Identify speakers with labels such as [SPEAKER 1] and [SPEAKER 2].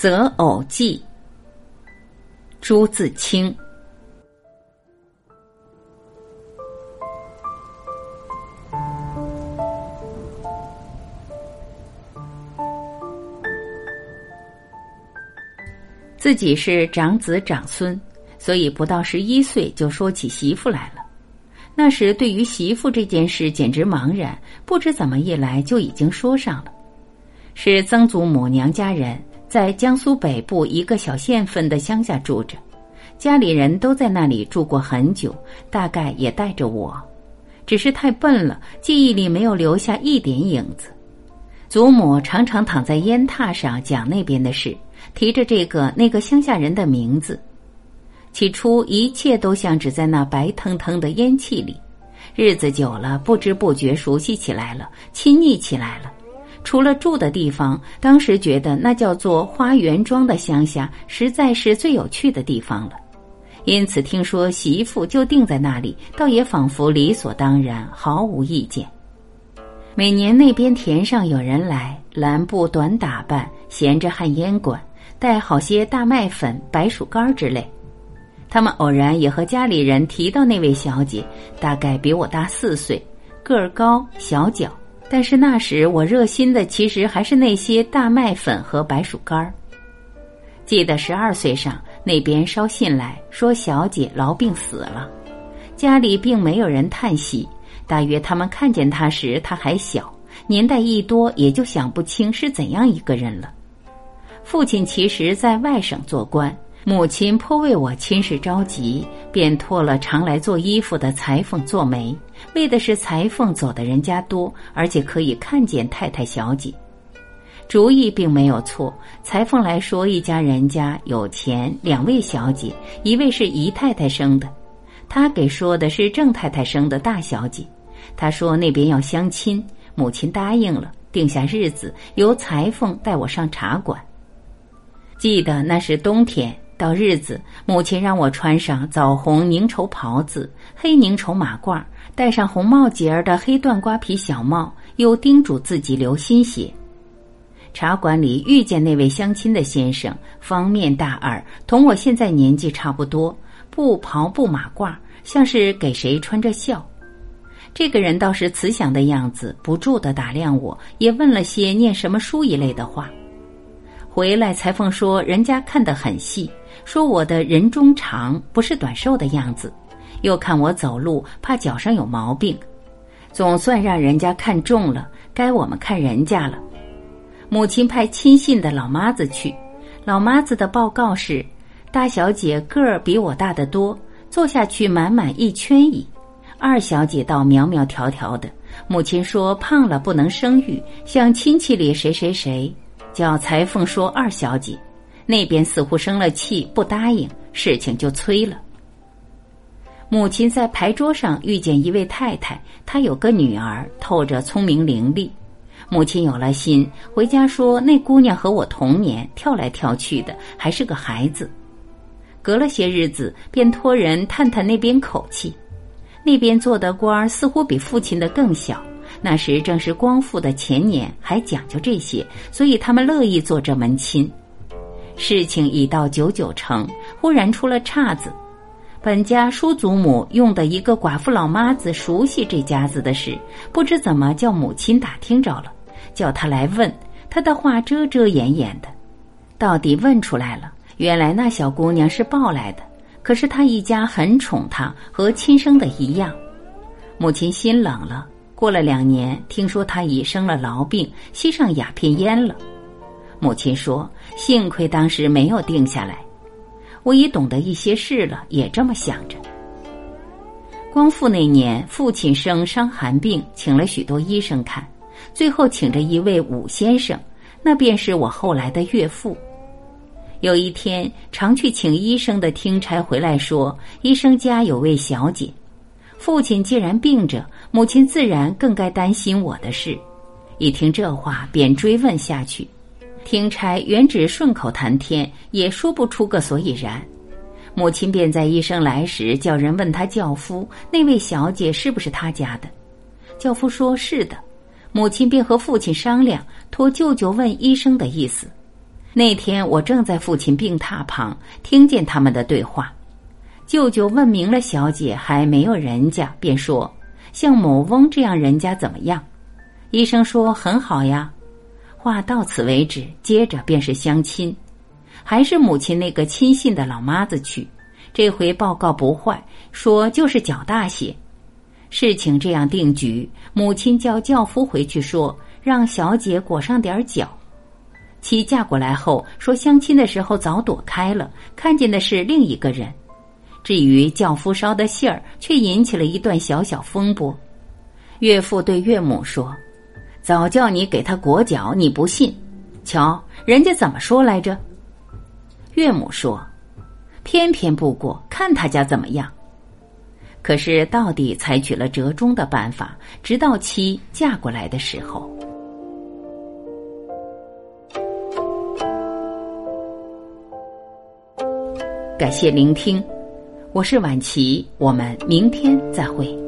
[SPEAKER 1] 择偶记，朱自清。自己是长子长孙，所以不到11岁就说起媳妇来了。那时对于媳妇这件事简直茫然，不知怎么一来就已经说上了。是曾祖母娘家人在江苏北部一个小县份的乡下住着，家里人都在那里住过很久，大概也带着我，只是太笨了，记忆里没有留下一点影子。祖母常常躺在烟榻上讲那边的事，提着这个那个乡下人的名字。起初一切都像只在那白腾腾的烟气里，日子久了不知不觉熟悉起来了，亲昵起来了。除了住的地方，当时觉得那叫做花园庄的乡下实在是最有趣的地方了，因此听说媳妇就定在那里，倒也仿佛理所当然，毫无意见。每年那边田上有人来，蓝布短打扮，衔着旱烟管，带好些大麦粉、白薯干之类。他们偶然也和家里人提到那位小姐，大概比我大4岁，个儿高小脚，但是那时我热心的其实还是那些大麦粉和白薯干。记得12岁上，那边捎信来说小姐痨病死了，家里并没有人叹息，大约他们看见她时她还小，年代一多也就想不清是怎样一个人了。父亲其实在外省做官，母亲颇为我亲事着急，便托了常来做衣服的裁缝做媒，为的是裁缝走的人家多，而且可以看见太太小姐。主意并没有错，裁缝来说一家人家有钱，2位小姐，一位是姨太太生的，他给说的是郑太太生的大小姐。他说那边要相亲，母亲答应了，定下日子，由裁缝带我上茶馆。记得那是冬天，到日子，母亲让我穿上枣红凝绸袍子、黑凝绸马褂，戴上红帽结儿的黑缎瓜皮小帽，又叮嘱自己留心些。茶馆里遇见那位相亲的先生，方面大耳，同我现在年纪差不多，不袍不马褂，像是给谁穿着孝。这个人倒是慈祥的样子，不住地打量我，也问了些念什么书一类的话。回来裁缝说人家看得很细，说我的人中长，不是短瘦的样子，又看我走路怕脚上有毛病，总算让人家看中了，该我们看人家了。母亲派亲信的老妈子去，老妈子的报告是大小姐个儿比我大得多，坐下去满满1圈椅，二小姐倒苗苗条条的，母亲说胖了不能生育，像亲戚里谁谁谁，叫裁缝说二小姐，那边似乎生了气，不答应，事情就催了。母亲在牌桌上遇见一位太太，她有个女儿，透着聪明伶俐。母亲有了心，回家说那姑娘和我同年，跳来跳去的，还是个孩子。隔了些日子，便托人探探那边口气。那边做的官似乎比父亲的更小，那时正是光复的前年，还讲究这些，所以他们乐意做这门亲。事情已到99成，忽然出了岔子。本家叔祖母用的一个寡妇老妈子熟悉这家子的事，不知怎么叫母亲打听着了，叫她来问，她的话遮遮掩掩的。到底问出来了，原来那小姑娘是抱来的，可是她一家很宠她，和亲生的一样。母亲心冷了，过了2年，听说她已生了痨病，吸上鸦片烟了。母亲说幸亏当时没有定下来。我已懂得一些事了，也这么想着。光复那年，父亲生伤寒病，请了许多医生看，最后请着一位武先生，那便是我后来的岳父。有一天常去请医生的听差回来说，医生家有位小姐。父亲既然病着，母亲自然更该担心我的事。一听这话，便追问下去。听差原只顺口谈天，也说不出个所以然。母亲便在医生来时叫人问他轿夫，那位小姐是不是他家的。轿夫说是的，母亲便和父亲商量，托舅舅问医生的意思。 那天我正在父亲病榻旁，听见他们的对话。舅舅问明了小姐还没有人家，便说像某翁这样人家怎么样？医生说很好呀。话到此为止，接着便是相亲，还是母亲那个亲信的老妈子去，这回报告不坏，说就是脚大些。事情这样定局，母亲叫轿夫回去说让小姐裹上点脚。妻嫁过来后说相亲的时候早躲开了，看见的是另一个人。至于轿夫捎的信儿，却引起了一段小小风波。岳父对岳母说，早叫你给他裹脚，你不信，瞧人家怎么说来着？岳母说，偏偏不裹，看他家怎么样。可是到底采取了折中的办法，直到妻嫁过来的时候。感谢聆听，我是婉琪，我们明天再会。